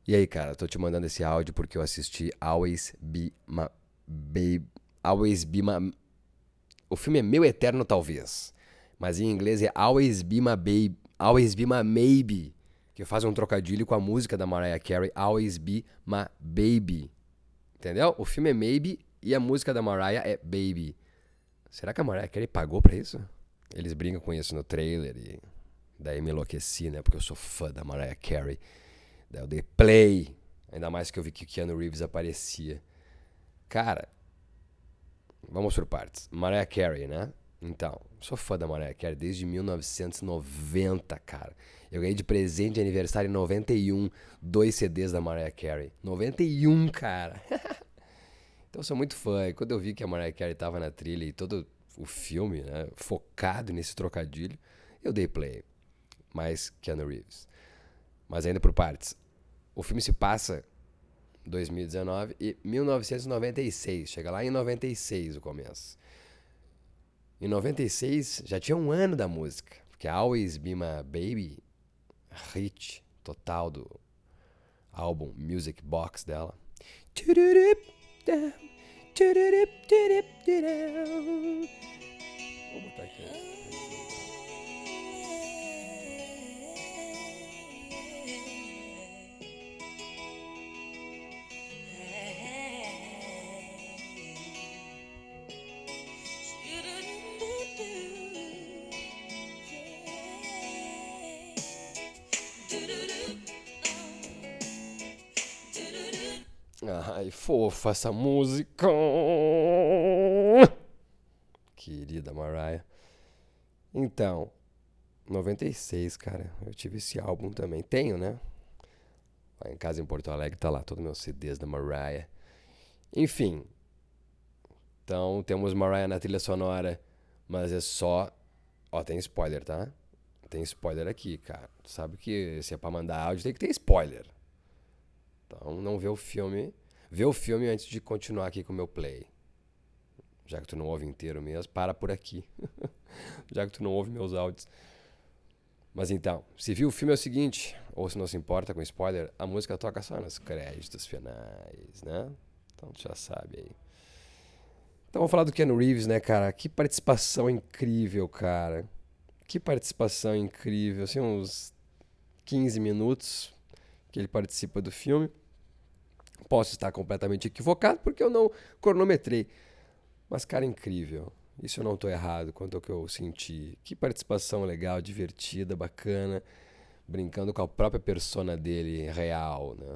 E aí, cara, tô te mandando esse áudio porque eu assisti Always Be My Baby. Always Be My. O filme é Meu Eterno Talvez. Mas em inglês é Always Be My Baby. Always Be My Maybe. Que faz um trocadilho com a música da Mariah Carey, Always Be My Baby. Entendeu? O filme é Maybe e a música da Mariah é Baby. Será que a Mariah Carey pagou pra isso? Eles brincam com isso no trailer e daí me enlouqueci, né? Porque eu sou fã da Mariah Carey. Daí eu dei play. Ainda mais que eu vi que o Keanu Reeves aparecia. Cara, vamos por partes. Mariah Carey, né? Então, sou fã da Mariah Carey desde 1990, cara. Eu ganhei de presente de aniversário em 91 dois CDs da Mariah Carey. 91, cara. Então eu sou muito fã. E quando eu vi que a Mariah Carey tava na trilha e todo o filme, né, focado nesse trocadilho, eu dei play. Mais Keanu Reeves. Mas ainda por partes. O filme se passa 2019 e 1996. Chega lá em 96 o começo. Em 96 já tinha um ano da música, porque Always Be My Baby, hit total do álbum Music Box dela. Vou botar aqui. Ai, fofa essa música. Querida Mariah. Então, 96, cara. Eu tive esse álbum também. Tenho, né? Lá em casa em Porto Alegre tá lá todos meus CDs da Mariah. Enfim, então temos Mariah na trilha sonora, mas é só. Ó, tem spoiler, tá? Tem spoiler aqui, cara. Tu sabe que se é pra mandar áudio tem que ter spoiler. Então não vê o filme. Vê o filme antes de continuar aqui com o meu play. Já que tu não ouve inteiro mesmo, para por aqui. Já que tu não ouve meus áudios. Mas então, se viu o filme é o seguinte, ou se não se importa com spoiler, a música toca só nos créditos finais, né? Então tu já sabe aí. Então vamos falar do Keanu Reeves, né, cara? Que participação incrível, cara. Que participação incrível. Assim, uns 15 minutos que ele participa do filme. Posso estar completamente equivocado porque eu não cronometrei. Mas, cara, incrível. Isso eu não tô errado quanto ao que eu senti. Que participação legal, divertida, bacana. Brincando com a própria persona dele real, né?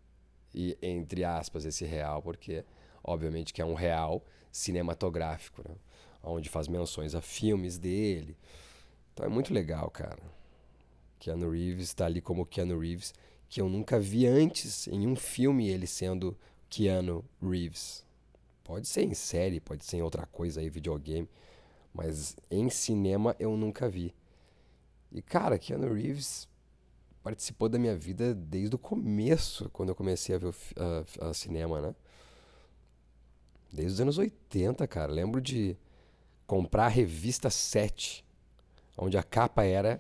E entre aspas esse real, porque obviamente que é um real cinematográfico, né? Onde faz menções a filmes dele. Então é muito legal, cara. Keanu Reeves está ali como Keanu Reeves, que eu nunca vi antes em um filme ele sendo Keanu Reeves. Pode ser em série, pode ser em outra coisa aí, videogame, mas em cinema eu nunca vi. E cara, Keanu Reeves participou da minha vida desde o começo, quando eu comecei a ver a cinema, né? Desde os anos 80, cara. Lembro de comprar a revista 7, onde a capa era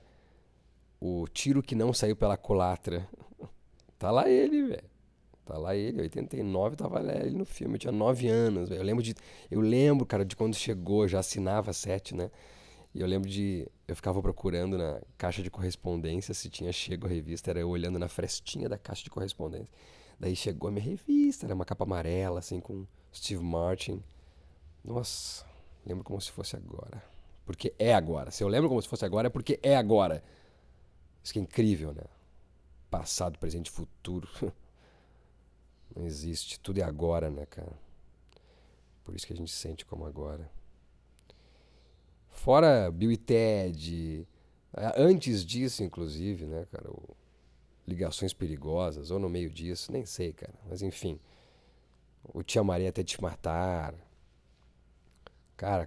o tiro que não saiu pela culatra. Tá lá ele, velho. Tá lá ele, 89 tava lá ele no filme, eu tinha 9 anos, velho. Eu lembro, cara, de quando chegou, já assinava 7, né? E eu lembro de eu ficava procurando na caixa de correspondência se tinha chego a revista, era eu olhando na frestinha da caixa de correspondência. Daí chegou a minha revista, era uma capa amarela assim com Steve Martin. Nossa, lembro como se fosse agora. Porque é agora. Se eu lembro como se fosse agora, é porque é agora. Isso que é incrível, né? Passado, presente, futuro. Não existe. Tudo é agora, né, cara? Por isso que a gente sente como agora. Fora Bill e Ted. Antes disso, inclusive, né, cara? Ligações Perigosas, ou no meio disso, nem sei, cara. Mas enfim. O Te Amarei Até Te Matar. Cara,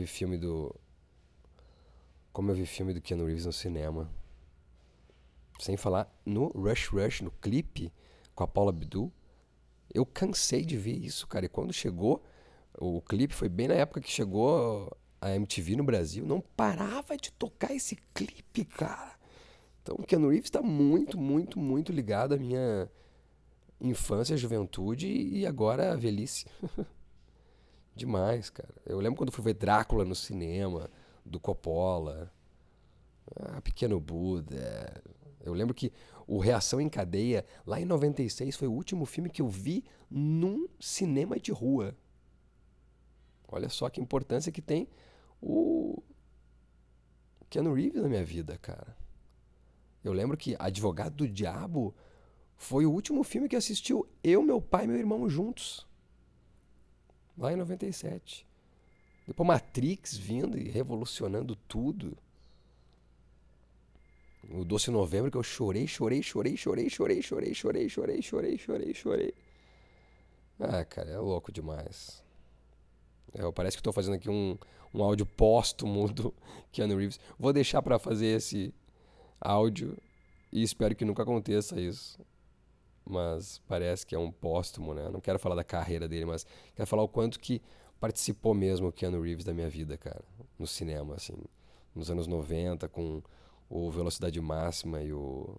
Como eu vi filme do Keanu Reeves no cinema. Sem falar no Rush Rush, no clipe com a Paula Abdul. Eu cansei de ver isso, cara. E quando chegou, o clipe foi bem na época que chegou a MTV no Brasil. Não parava de tocar esse clipe, cara. Então o Keanu Reeves tá muito, muito, muito ligado infância, juventude e agora a velhice. Demais, cara. Eu lembro quando fui ver Drácula no cinema, do Coppola, Pequeno Buda. Eu lembro que o Reação em Cadeia, lá em 96, foi o último filme que eu vi num cinema de rua. Olha só que importância que tem o Keanu Reeves na minha vida, cara. Eu lembro que Advogado do Diabo foi o último filme que assistiu eu, meu pai e meu irmão juntos. Lá em 97. Depois Matrix vindo e revolucionando tudo. O Doce Novembro que eu chorei, chorei, chorei, chorei, chorei, chorei, chorei, chorei, chorei, chorei, chorei. Ah, cara, é louco demais. Parece que estou fazendo aqui um áudio póstumo do Keanu Reeves. Vou deixar para fazer esse áudio e espero que nunca aconteça isso. Mas parece que é um póstumo, né? Não quero falar da carreira dele, mas quero falar o quanto que participou mesmo o Keanu Reeves da minha vida, cara. No cinema, assim. Nos anos 90, com o Velocidade Máxima e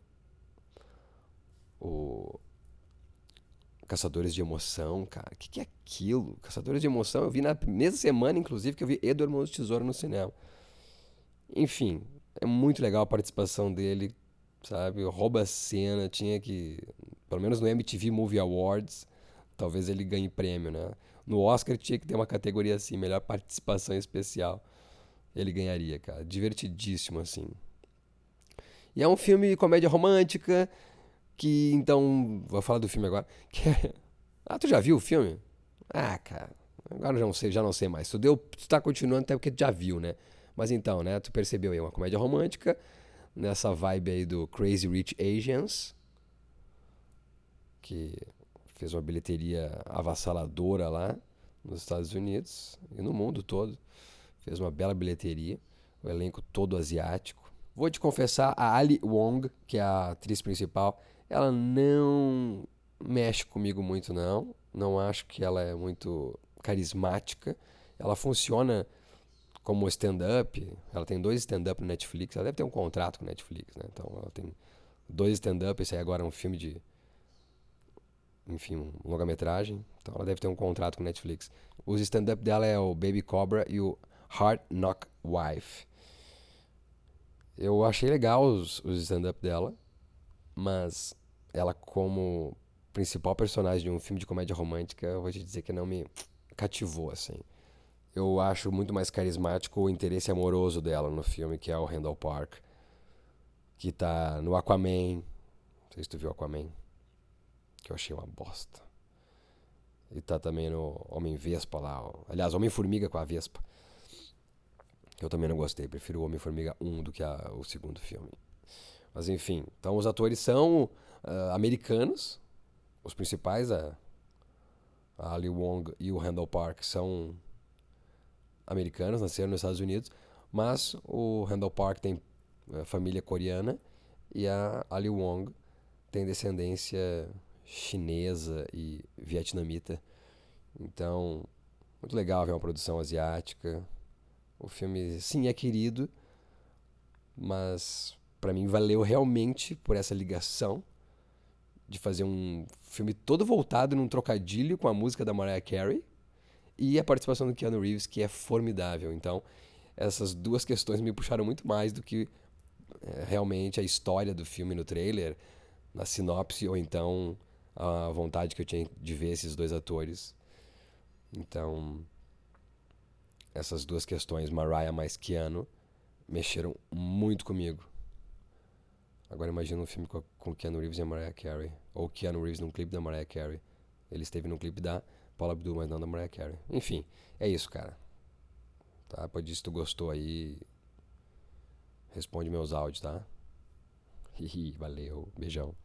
o Caçadores de Emoção, cara. O que é aquilo? Caçadores de Emoção eu vi na mesma semana, inclusive, que eu vi Edward Mãos de Tesouro no cinema. Enfim, é muito legal a participação dele, sabe? Rouba a cena, tinha que... Pelo menos no MTV Movie Awards, talvez ele ganhe prêmio, né? No Oscar tinha que ter uma categoria assim, melhor participação especial. Ele ganharia, cara. Divertidíssimo, assim. E é um filme de comédia romântica, que então... Vou falar do filme agora. Ah, tu já viu o filme? Ah, cara, agora já não sei mais. Tu tá continuando até porque tu já viu, né? Mas então, né, tu percebeu aí, uma comédia romântica, nessa vibe aí do Crazy Rich Asians, que fez uma bilheteria avassaladora lá nos Estados Unidos e no mundo todo. Fez uma bela bilheteria, o elenco todo asiático. Vou te confessar, a Ali Wong, que é a atriz principal, ela não mexe comigo muito, não. Não acho que ela é muito carismática. Ela funciona como stand-up. Ela tem 2 stand-up no Netflix. Ela deve ter um contrato com o Netflix, né? Então ela tem 2 stand-up. Esse aí agora é um filme de... Enfim, um longa-metragem. Então ela deve ter um contrato com o Netflix. Os stand-up dela é o Baby Cobra e o Hard Knock Wife. Eu achei legal os stand-up dela, mas ela como principal personagem de um filme de comédia romântica, eu vou te dizer que não me cativou, assim. Eu acho muito mais carismático o interesse amoroso dela no filme, que é o Randall Park, que tá no Aquaman. Não sei se tu viu Aquaman, que eu achei uma bosta. E tá também no Homem-Vespa lá. Aliás, Homem-Formiga com a Vespa. Eu também não gostei, prefiro o Homem-Formiga 1 do que o segundo filme. Mas enfim, então os atores são americanos, os principais, a Ali Wong e o Randall Park, são americanos, nasceram nos Estados Unidos, mas o Randall Park tem família coreana e a Ali Wong tem descendência chinesa e vietnamita. Então, muito legal ver uma produção asiática. O filme, sim, é querido, mas para mim valeu realmente por essa ligação de fazer um filme todo voltado num trocadilho com a música da Mariah Carey e a participação do Keanu Reeves, que é formidável. Então, essas duas questões me puxaram muito mais do que realmente a história do filme no trailer, na sinopse, ou então a vontade que eu tinha de ver esses 2 atores. Então, essas duas questões, Mariah mais Keanu, mexeram muito comigo. Agora imagina um filme com Keanu Reeves e a Mariah Carey. Ou Keanu Reeves num clipe da Mariah Carey. Ele esteve num clipe da Paula Abdul, mas não da Mariah Carey. Enfim, é isso, cara. Tá? Pode dizer se tu gostou aí. Responde meus áudios, tá? Valeu, beijão.